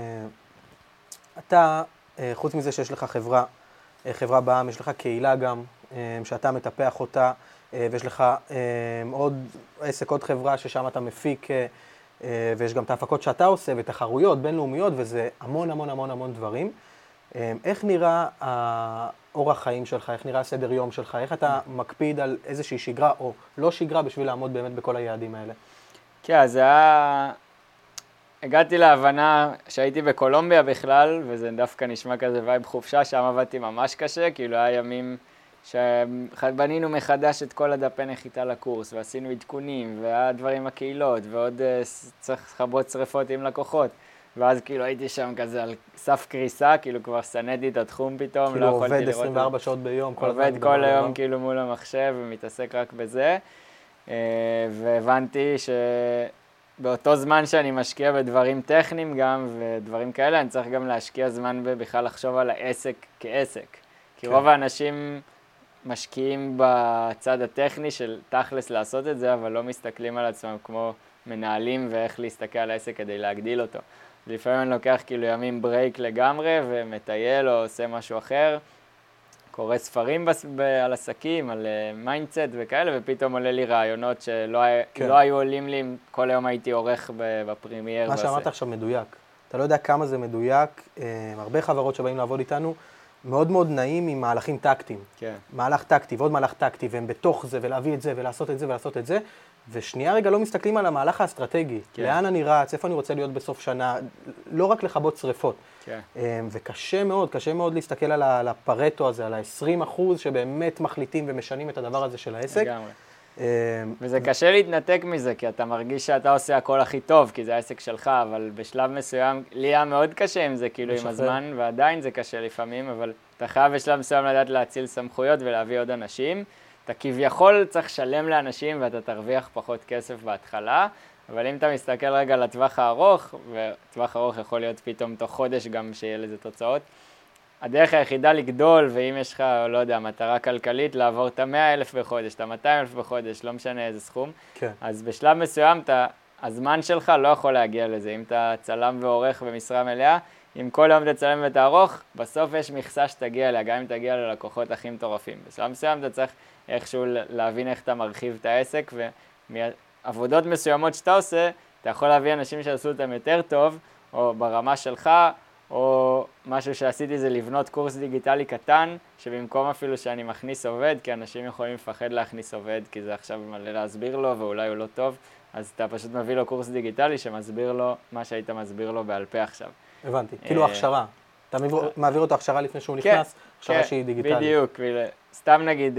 אתה, חוץ מזה שיש לך חברה בעם, יש לך קהילה גם, שאתה מטפח אותה, ויש לך עוד עסק, עוד חברה ששם אתה מפיק, ויש גם את ההפקות שאתה עושה, ותחרויות בינלאומיות, וזה המון המון המון המון דברים. איך נראה האורח חיים שלך, איך נראה הסדר יום שלך, איך אתה מקפיד על איזושהי שגרה או לא שגרה בשביל לעמוד באמת בכל היעדים האלה? כן, אז הגעתי להבנה שהייתי בקולומביה בכלל, וזה דווקא נשמע כזה וייב חופשה, שם עבדתי ממש קשה, כאילו היה ימים שבנינו מחדש את כל הדפי נחיתה לקורס, ועשינו עדכונים, והיה דברים הקהילות, ועוד צריך לכבות שריפות עם לקוחות. ואז כאילו הייתי שם כזה על סף קריסה, כאילו כבר סנדתי את התחום פתאום, כאילו עובד 24 שעות ביום, כל הזמן. עובד כל היום כאילו מול המחשב ומתעסק רק בזה. והבנתי שבאותו זמן שאני משקיע בדברים טכניים גם, ודברים כאלה, אני צריך גם להשקיע זמן בכלל לחשוב על העסק כעסק. כי רוב האנשים משקיעים בצד הטכני של תכלס לעשות את זה, אבל לא מסתכלים על עצמם כמו מנהלים ואיך להסתכל על העסק כדי להגדיל אותו. לפעמים אני לוקח כאילו ימים ברייק לגמרי ומטייל או עושה משהו אחר, קורא ספרים על עסקים, על מיינדסט וכאלה, ופתאום עולה לי רעיונות שלא היו עולים לי אם כל היום הייתי עורך בפרימייר. מה שאמרת עכשיו מדויק. אתה לא יודע כמה זה מדויק. הרבה חברות שבאים לעבוד איתנו, מאוד מאוד נעים עם מהלכים טקטיים. כן. מהלך טקטי ועוד מהלך טקטי, והם בתוך זה, ולהביא את זה, ולעשות את זה, ולעשות את זה. ושנייה רגע לא מסתכלים על המהלך האסטרטגי. כן. לאן אני רץ, איפה אני רוצה להיות בסוף שנה, לא רק לכבות שריפות. כן. וקשה מאוד להסתכל על הפרטו הזה, על ה-20% שבאמת מחליטים ומשנים את הדבר הזה של העסק. לגמרי. וזה קשה להתנתק מזה, כי אתה מרגיש שאתה עושה הכל הכי טוב, כי זה העסק שלך, אבל בשלב מסוים, לי היה מאוד קשה עם זה, כאילו עם הזמן, ועדיין זה קשה לפעמים, אבל אתה חייב בשלב מסוים לדעת להציל סמכויות ולהביא עוד אנשים. אתה כביכול צריך לשלם לאנשים ואתה תרוויח פחות כסף בהתחלה, אבל אם אתה מסתכל רגע לטווח הארוך, וטווח הארוך יכול להיות פתאום תוך חודש גם שיהיה לזה תוצאות, הדרך היחידה לגדול, ואם יש לך, לא יודע, מטרה כלכלית, לעבור את ה-100,000 בחודש, את ה-200,000 בחודש, לא משנה איזה סכום, כן. אז בשלב מסוים הזמן שלך לא יכול להגיע לזה. אם אתה צלם ועורך במשרה מלאה, אם כל יום תצלם ותערוך, בסוף יש מכסה שתגיע אליה, גם אם תגיע ללקוחות הכי מטורפים. בשלב מסוים אתה צריך איכשהו להבין איך אתה מרחיב את העסק, ומעבודות מסוימות שאתה עושה, אתה יכול להביא אנשים שעשו אותם יותר טוב, או ברמה שלך, או משהו שעשיתי זה לבנות קורס דיגיטלי קטן, שבמקום אפילו שאני מכניס עובד, כי אנשים יכולים לפחד להכניס עובד, כי זה עכשיו מלא להסביר לו ואולי הוא לא טוב, אז אתה פשוט מביא לו קורס דיגיטלי שמסביר לו מה שהיית מסביר לו בעל פה עכשיו. הבנתי, כאילו הכשרה. אתה מעביר אותו הכשרה לפני שהוא נכנס, הכשרה שהיא דיגיטלית. בדיוק, סתם נגיד,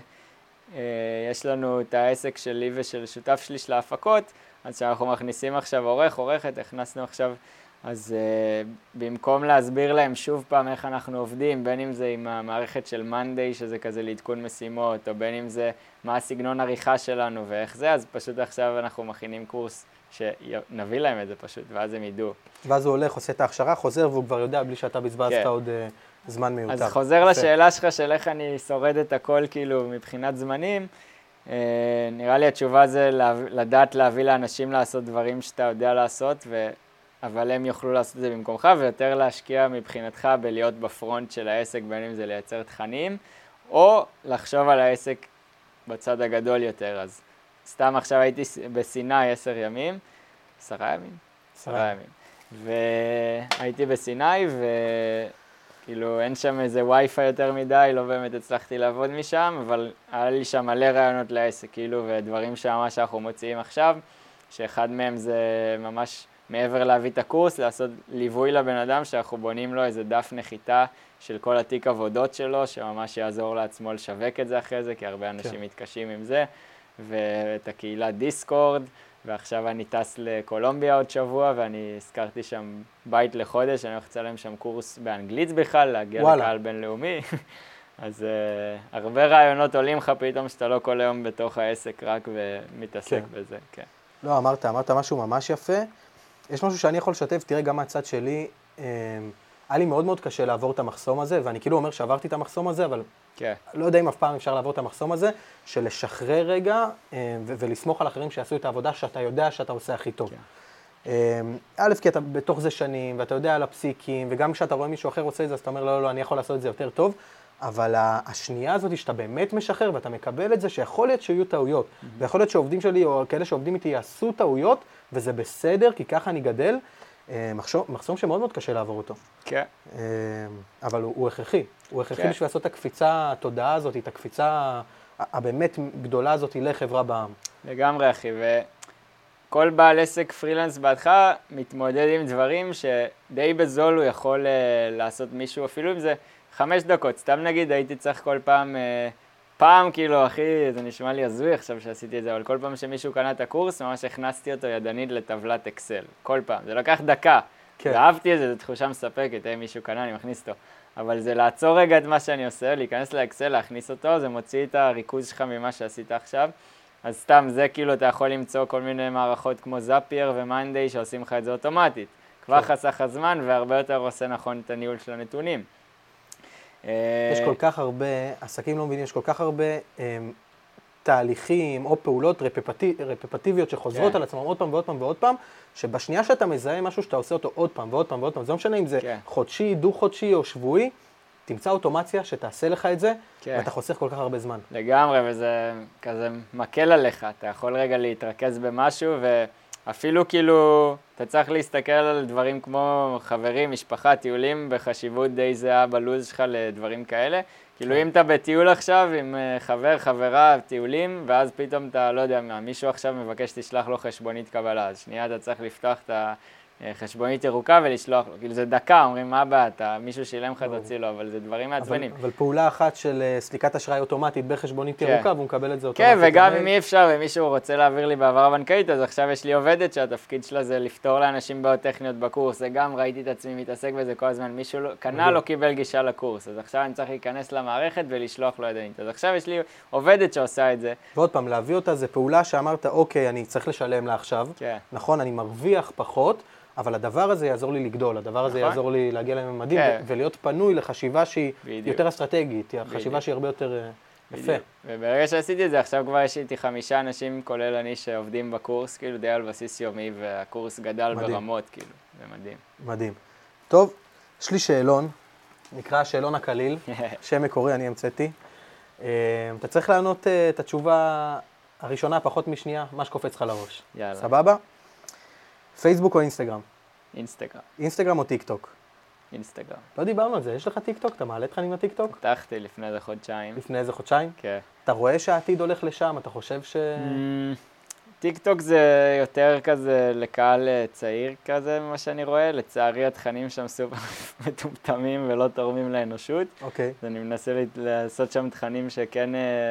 יש לנו את העסק שלי ושל שותף שלי של ההפקות, אז שאנחנו מכניסים עכשיו עורכת, הכנסנו עכשיו, אז במקום להסביר להם שוב פעם איך אנחנו עובדים, בין אם זה עם המערכת של Monday, שזה כזה לעדכון משימות, או בין אם זה מה הסגנון עריכה שלנו ואיך זה, אז פשוט עכשיו אנחנו מכינים קורס שנביא להם את זה פשוט, ואז הם ידעו. ואז הוא הולך, עושה את ההכשרה, חוזר, והוא כבר יודע בלי שאתה בזבזת עוד זמן מיותר. אז חוזר לשאלה שלך של איך אני שורד את הכל כאילו מבחינת זמנים, נראה לי התשובה זה לדעת להביא לאנשים לעשות דברים שאתה יודע לעשות, אבל הם יוכלו לעשות את זה במקומך, ויותר להשקיע מבחינתך בלהיות בפרונט של העסק, בין אם זה לייצר תכנים, או לחשוב על העסק בצד הגדול יותר. אז סתם עכשיו הייתי בסיני 10 ימים, 10 ימים? 10 ימים. והייתי בסיני, וכאילו אין שם איזה וי-פיי יותר מדי, לא באמת הצלחתי לעבוד משם, אבל היה לי שם מלא רעיונות לעסק, כאילו, ודברים שממש אנחנו מוציאים עכשיו, שאחד מהם זה ממש מעבר להביא את הקורס, לעשות ליווי לבן אדם, שאנחנו בונים לו איזה דף נחיתה של כל התיק עבודות שלו, שממש יעזור לעצמו לשווק את זה אחרי זה, כי הרבה אנשים מתקשים עם זה, ואת הקהילה דיסקורד, ועכשיו אני טס לקולומביה עוד שבוע, ואני הזכרתי שם בית לחודש, אני הולך לצלם שם קורס באנגלית בכלל, להגיע לקהל בינלאומי. אז הרבה רעיונות עולים לך פתאום שאתה לא כל היום בתוך העסק רק ומתעסק בזה. כן. לא, אמרת משהו ממש יפה. יש משהו שאני יכול לשתף, תראה גם מהצד שלי, היה לי מאוד מאוד קשה לעבור את המחסום הזה, ואני כאילו אומר שעברתי את המחסום הזה, אבל לא יודע אם אף פעם אפשר לעבור את המחסום הזה, של לשחרר רגע ולסמוך על אחרים שיעשו את העבודה שאתה יודע שאתה עושה הכי טוב. א', כי אתה בתוך זה שנים, ואתה יודע על הפסיקים, וגם כשאתה רואה מישהו אחר עושה את זה, אז אתה אומר, לא, אני יכול לעשות את זה יותר טוב, אבל השנייה הזאת שאתה באמת משחרר, ואתה מקבל את זה שיכול להיות שיהיו טעויות, ויכול להיות שעובדים שלי או כאלה שעובדים איתי יעשו טעויות, וזה בסדר, כי ככה אני גדל, מחסום שמאוד מאוד קשה לעבור אותו. כן. אבל הוא הכרחי. הוא הכרחי בשביל לעשות את הקפיצה, התודעה הזאת, את הקפיצה הבאמת גדולה הזאת לחברה בעם. לגמרי, אחי, וכל בעל עסק פרילנס בהתחלה מתמודד עם דברים שדי בזול הוא יכול לעשות מישהו, אפילו אם זה 5 דקות. סתם נגיד, הייתי צריך כל פעם כאילו, אחי, זה נשמע לי הזוי עכשיו שעשיתי את זה, אבל כל פעם שמישהו קנה את הקורס, ממש הכנסתי אותו ידנית לטבלת אקסל. כל פעם. זה לקח דקה. כן. ואהבתי את זה, זו תחושה מספקת, מישהו קנה, אני מכניס אותו. אבל זה לעצור רגע את מה שאני עושה, להיכנס לאקסל, להכניס אותו, זה מוציא את הריכוז שלך ממה שעשית עכשיו. אז סתם, זה כאילו, אתה יכול למצוא כל מיני מערכות כמו זאפייר ומאנדיי שעושים לך את זה אוטומטית. כבר חסך הזמן והרבה יותר עושה נכון את הניהול של הנתונים. יש כל כך הרבה, עסקים לא מבינים, יש כל כך הרבה תהליכים או פעולות רפפטיביות שחוזרות על עצמם עוד פעם ועוד פעם ועוד פעם, שבשנייה שאתה מזהה משהו שאתה עושה אותו עוד פעם ועוד פעם ועוד פעם, זה לא משנה אם זה חודשי, דו-חודשי או שבועי, תמצא אוטומציה שתעשה לך את זה, כן. ואתה חוסך כל כך הרבה זמן. לגמרי, וזה כזה מקל עליך. אתה יכול רגע להתרכז במשהו, ואפילו כאילו, אתה צריך להסתכל על דברים כמו חברים, משפחה, טיולים, בחשיבות די זהה בלוז שלך לדברים כאלה. כאילו אם אתה בטיול עכשיו עם חבר, חברה, טיולים, ואז פתאום אתה, לא יודע מה, מישהו עכשיו מבקש תשלח לו חשבונית קבלה, אז שנייה אתה צריך לפתוח את החשבונית ירוקה ולשלוח לו, כאילו זה דקה, אומרים מה הבא, מישהו שילם לך תוציא לו, אבל זה דברים מעצבנים. אבל פעולה אחת של סליקת אשראי אוטומטית בחשבונית ירוקה, והוא מקבל את זה אוטומטית. כן, וגם אם אי אפשר, ומישהו רוצה להעביר לי בעברה בנקאית, אז עכשיו יש לי עובדת שהתפקיד שלה זה לפתור לאנשים בעיות טכניות בקורס, זה גם ראיתי את עצמי מתעסק בזה כל הזמן, מישהו קנה לא קיבל גישה לקורס, אז עכשיו אני צריך להיכנס למערכת ולשלוח לו ידנית. אז עכשיו יש לי עובדת שעושה את זה. ועוד פעם, להביא אותה זה פעולה שאמרת, אוקיי, אני צריך לשלם לה עכשיו. נכון, אני מרוויח פחות, אבל הדבר הזה יעזור לי לגדול, הדבר הזה יעזור לי להגיע לממדים ולהיות פנוי לחשיבה שהיא יותר אסטרטגית, חשיבה שהיא הרבה יותר יפה. וברגע שעשיתי את זה, עכשיו כבר יש איתי 5 אנשים, כולל אני, שעובדים בקורס, כאילו די על בסיס יומי, והקורס גדל ברמות, כאילו, זה מדהים. מדהים. טוב, יש לי שאלון, נקרא השאלון הקליל, שם מקורי, אני המצאתי. אתה צריך לענות את התשובה הראשונה, פחות משנייה, מה שקופץ לך לראש. יאללה. סבבה? פייסבוק או אינסטגרם? אינסטגרם. אינסטגרם או טיק טוק? אינסטגרם. לא דיברנו על זה, יש לך טיק טוק? אתה מעלה תכנים לטיק טוק? פתחתי לפני איזה חודשיים. לפני איזה חודשיים? כן. אתה רואה שהעתיד הולך לשם? אתה חושב ש... טיק טוק זה יותר כזה לקהל צעיר כזה, מה שאני רואה. לצערי התכנים שם סופר מטומטמים ולא תורמים לאנושות. אוקיי. אז אני מנסה לעשות שם תכנים שכן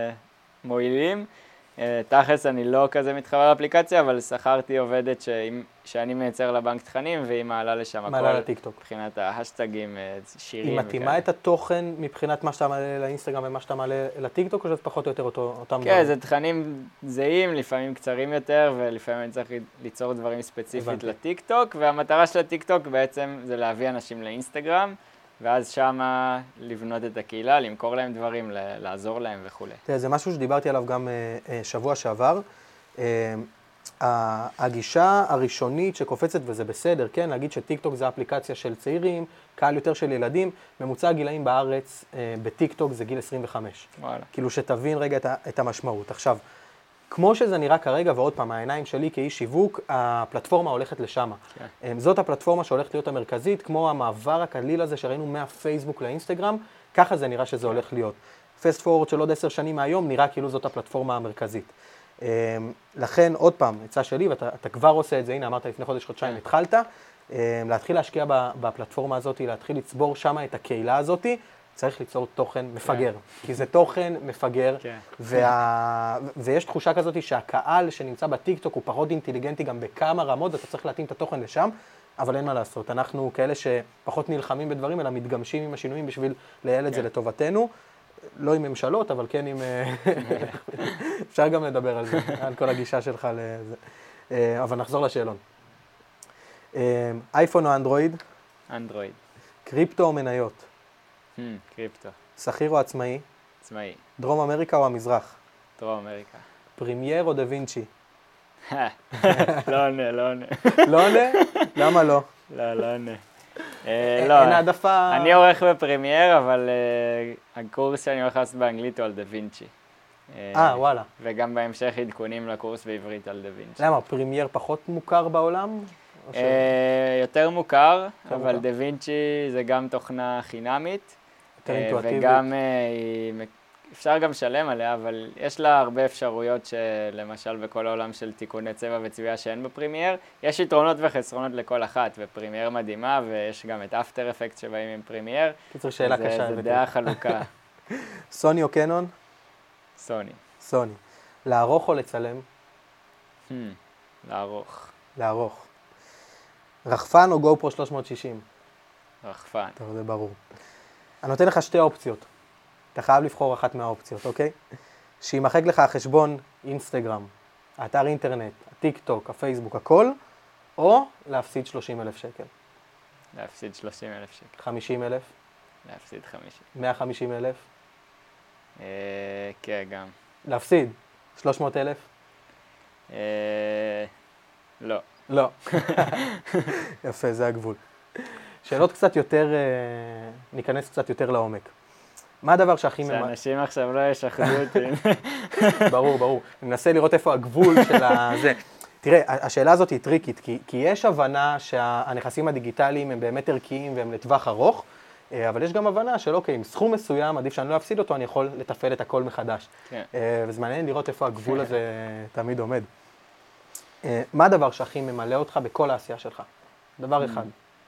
מועילים. תכלס אני לא כזה מתחבר לאפליקציה, אבל שכרתי עובדת שאני מייצר לבנק תכנים, והיא מעלה לשם הכל. מעלה לטיקטוק. מבחינת ההשטגים, שירים וכאלה. היא מתאימה את התוכן מבחינת מה שאתה מעלה לאינסטגרם ומה שאתה מעלה לטיקטוק, או שזה פחות או יותר אותם דברים? כן, זה תכנים זהים, לפעמים קצרים יותר, ולפעמים אני צריך ליצור דברים ספציפית לטיקטוק, והמטרה של הטיקטוק בעצם זה להביא אנשים לאינסטגרם, ואז שמה לבנות את הקהילה, למכור להם דברים, לעזור להם וכו'. תראה, זה משהו שדיברתי עליו גם שבוע שעבר. הגישה הראשונית שקופצת, וזה בסדר, כן? להגיד שטיקטוק זה אפליקציה של צעירים, קהל יותר של ילדים, ממוצע הגילאים בארץ בטיקטוק זה גיל 25. וואלה. כאילו שתבין רגע את המשמעות. עכשיו, כמו שזה נראה כרגע, ועוד פעם, העיניים שלי כאיש שיווק, הפלטפורמה הולכת לשם. כן. זאת הפלטפורמה שהולכת להיות המרכזית, כמו המעבר הקליל הזה שראינו מהפייסבוק לאינסטגרם, ככה זה נראה שזה הולך להיות. פסט פורוורד של עוד 10 שנים מהיום, נראה כאילו זאת הפלטפורמה המרכזית. לכן, עוד פעם, עצה שלי, ואתה כבר עושה את זה, הנה, אמרת לפני חודשיים, התחלת, להתחיל להשקיע בפלטפורמה הזאת, להתחיל לצבור שם את הקהילה הזאת, צריך ליצור תוכן מפגר, כי זה תוכן מפגר, ויש תחושה כזאת שהקהל שנמצא בטיקטוק הוא פחות אינטליגנטי גם בכמה רמות, ואתה צריך להתאים את התוכן לשם, אבל אין מה לעשות. אנחנו כאלה שפחות נלחמים בדברים, אלא מתגמשים עם השינויים בשביל לייעל את זה לטובתנו, לא עם ממשלות, אבל כן עם... אפשר גם לדבר על זה, על כל הגישה שלך לזה. אבל נחזור לשאלון. אייפון או אנדרואיד? אנדרואיד. קריפטו או מניות? קריפטו. שכיר או עצמאי? עצמאי. דרום אמריקה או המזרח? דרום אמריקה. פרימייר או דה וינצ'י? לא עונה, לא עונה. לא עונה? למה לא? לא עונה. אין העדפה... אני עורך בפרימייר, אבל הקורס שאני הולך לעשות באנגלית הוא על דה וינצ'י. וואלה. וגם בהמשך עדכונים לקורס בעברית על דה וינצ'י. למה? פרימייר פחות מוכר בעולם? יותר מוכר, אבל דה וינצ'י זה גם תוכנה חינמית. יותר אינטואיטיבית. וגם אפשר גם לשלם עליה, אבל יש לה הרבה אפשרויות שלמשל בכל העולם של תיקוני צבע וצביעה שאין בפרימייר. יש יתרונות וחסרונות לכל אחת, ופרימייר מדהימה, ויש גם את אפטר אפקט שבאים עם פרימייר. קיצור שאלה קשה. זה דעה חלוקה. סוני או קנון? סוני. סוני. לערוך או לצלם? לערוך. לערוך. רחפן או גופרו 360? רחפן. טוב, זה ברור. אני נותן לך 2 אופציות. אתה חייב לבחור אחת מהאופציות, אוקיי? שימחק לך החשבון אינסטגרם, האתר אינטרנט, הטיק טוק, הפייסבוק, הכל, או להפסיד 30,000 שקל. להפסיד 30,000 שקל. 50,000? להפסיד 50. 150,000? כן, גם. להפסיד 300,000? לא. לא. יפה, זה הגבול. שאלות קצת יותר, ניכנס קצת יותר לעומק. מה הדבר שהכי שאנשים עכשיו לא ישחדו אותי. ברור. אני מנסה לראות איפה הגבול של זה. תראה, השאלה הזאת היא טריקית, כי יש הבנה שהנכסים הדיגיטליים הם באמת ערכיים והם לטווח ארוך, אבל יש גם הבנה של אוקיי, עם סכום מסוים, עדיף שאני לא אפסיד אותו, אני יכול לתפעל את הכל מחדש. כן. וזה מעניין לראות איפה הגבול הזה תמיד עומד. מה הדבר שהכי ממלא אותך בכל העשייה שלך? דבר אחד.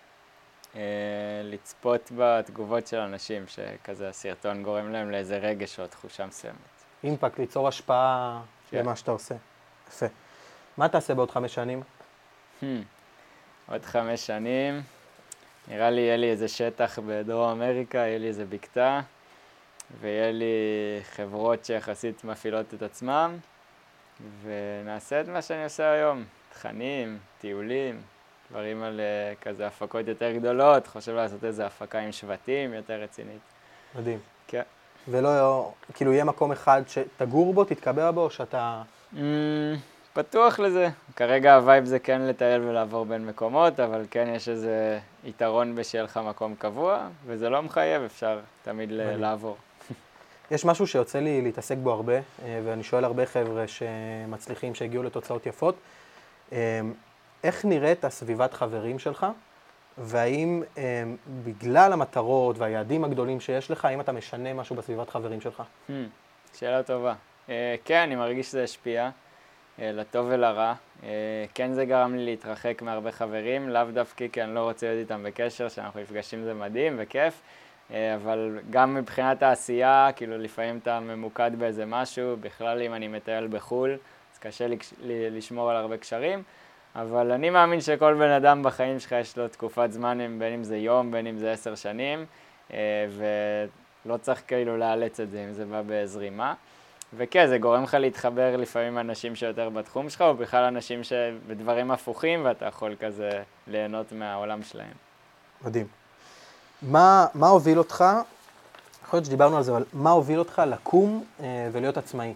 לצפות בתגובות של אנשים, שכזה הסרטון גורם להם לאיזה רגש או תחושה מסוימת. אימפקט, ליצור השפעה למה שאתה עושה. יפה. מה תעשה בעוד 5 שנים? עוד 5 שנים, נראה לי יהיה לי איזה שטח בדרום אמריקה, יהיה לי איזה בקתה, ויהיה לי חברות שיחסית מפעילות את עצמם, ונעשה את מה שאני עושה היום, תכנים, טיולים, דברים על כזה הפקות יותר גדולות, חושב לעשות איזה הפקה עם שבטים יותר רצינית. מדהים. כן. ולא, כאילו יהיה מקום אחד שתגור בו, תתקבע בו, או שאתה... פתוח לזה. כרגע הווייב זה כן לטייל ולעבור בין מקומות, אבל כן יש איזה יתרון בשיהיה לך מקום קבוע, וזה לא מחייב, אפשר תמיד לעבור. יש משהו שיוצא לי להתעסק בו הרבה, ואני שואל הרבה חבר'ה שמצליחים, שהגיעו לתוצאות יפות. איך נראית הסביבת חברים שלך, והאם בגלל המטרות והיעדים הגדולים שיש לך, האם אתה משנה משהו בסביבת חברים שלך? שאלה טובה. כן, אני מרגיש שזה השפיע. לטוב ולרע. כן זה גרם לי להתרחק מהרבה חברים, לאו דווקא כי אני לא רוצה להיות איתם בקשר, שאנחנו נפגשים זה מדהים וכיף, אבל גם מבחינת העשייה, כאילו לפעמים אתה ממוקד באיזה משהו, בכלל אם אני מטייל בחול, אז קשה לי לשמור על הרבה קשרים, אבל אני מאמין שכל בן אדם בחיים שלך יש לו תקופת זמן, בין אם זה יום, בין אם זה 10 שנים, ולא צריך כאילו לאלץ את זה אם זה בא בזרימה. וכן, זה גורם לך להתחבר לפעמים אנשים שיותר בתחום שלך, או בכלל אנשים שבדברים הפוכים, ואתה יכול כזה ליהנות מהעולם שלהם. מדהים. מה הוביל אותך, יכול להיות שדיברנו על זה, אבל מה הוביל אותך לקום ולהיות עצמאי?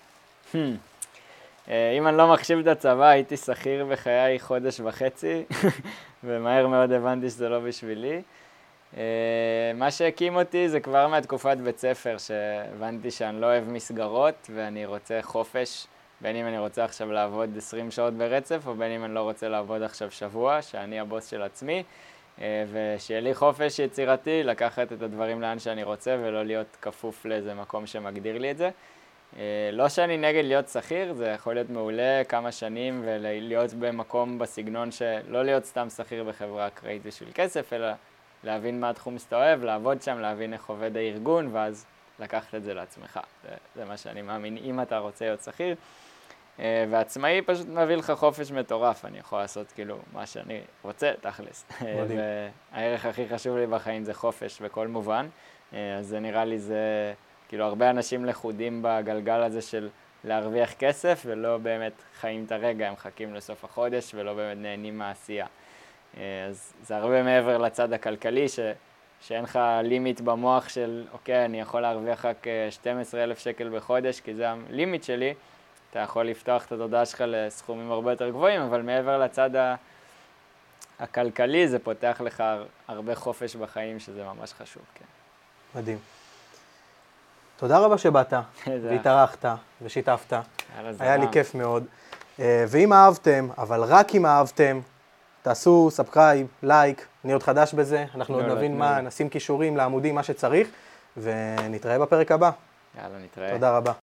אם אני לא מחשיב את הצבא, הייתי שכיר בחיי 1.5 חודש, ומהר מאוד הבנתי שזה לא בשבילי. מה שהקים אותי זה כבר מהתקופת בית ספר, שהבנתי שאני לא אוהב מסגרות ואני רוצה חופש, בין אם אני רוצה עכשיו לעבוד 20 שעות ברצף, או בין אם אני לא רוצה לעבוד עכשיו שבוע, שאני הבוס של עצמי, ושיהיה לי חופש יצירתי, לקחת את הדברים לאן שאני רוצה ולא להיות כפוף לאיזה מקום שמגדיר לי את זה. לא שאני נגד להיות שכיר, זה יכול להיות מעולה כמה שנים ולהיות במקום בסגנון שלא להיות סתם שכיר בחברה אקראית בשביל כסף, אלא להבין מה התחום שאתה אוהב, לעבוד שם, להבין איך עובד הארגון, ואז לקחת את זה לעצמך. זה מה שאני מאמין, אם אתה רוצה להיות שכיר. ועצמאי פשוט מביא לך חופש מטורף, אני יכול לעשות כאילו מה שאני רוצה, תכלס. מדהים. והערך הכי חשוב לי בחיים זה חופש בכל מובן. אז זה נראה לי זה, כאילו הרבה אנשים לחודים בגלגל הזה של להרוויח כסף, ולא באמת חיים את הרגע, הם מחכים לסוף החודש ולא באמת נהנים מהעשייה. אז זה הרבה מעבר לצד הכלכלי, שאין לך לימיט במוח של, אוקיי, אני יכול להרוויח רק 12,000 שקל בחודש, כי זה הלימיט שלי. אתה יכול לפתוח את התודעה שלך לסכומים הרבה יותר גבוהים, אבל מעבר לצד הכלכלי, זה פותח לך הרבה חופש בחיים, שזה ממש חשוב, כן. מדהים. תודה רבה שבאת, והתארחת ושיתפת. היה לי כיף מאוד. ואם אהבתם, אבל רק אם אהבתם, תעשו סאבסקרייב, לייק, אני עוד חדש בזה, אנחנו עוד נבין מה, נשים קישורים לעמודים, מה שצריך, ונתראה בפרק הבא. יאללה, נתראה. תודה רבה.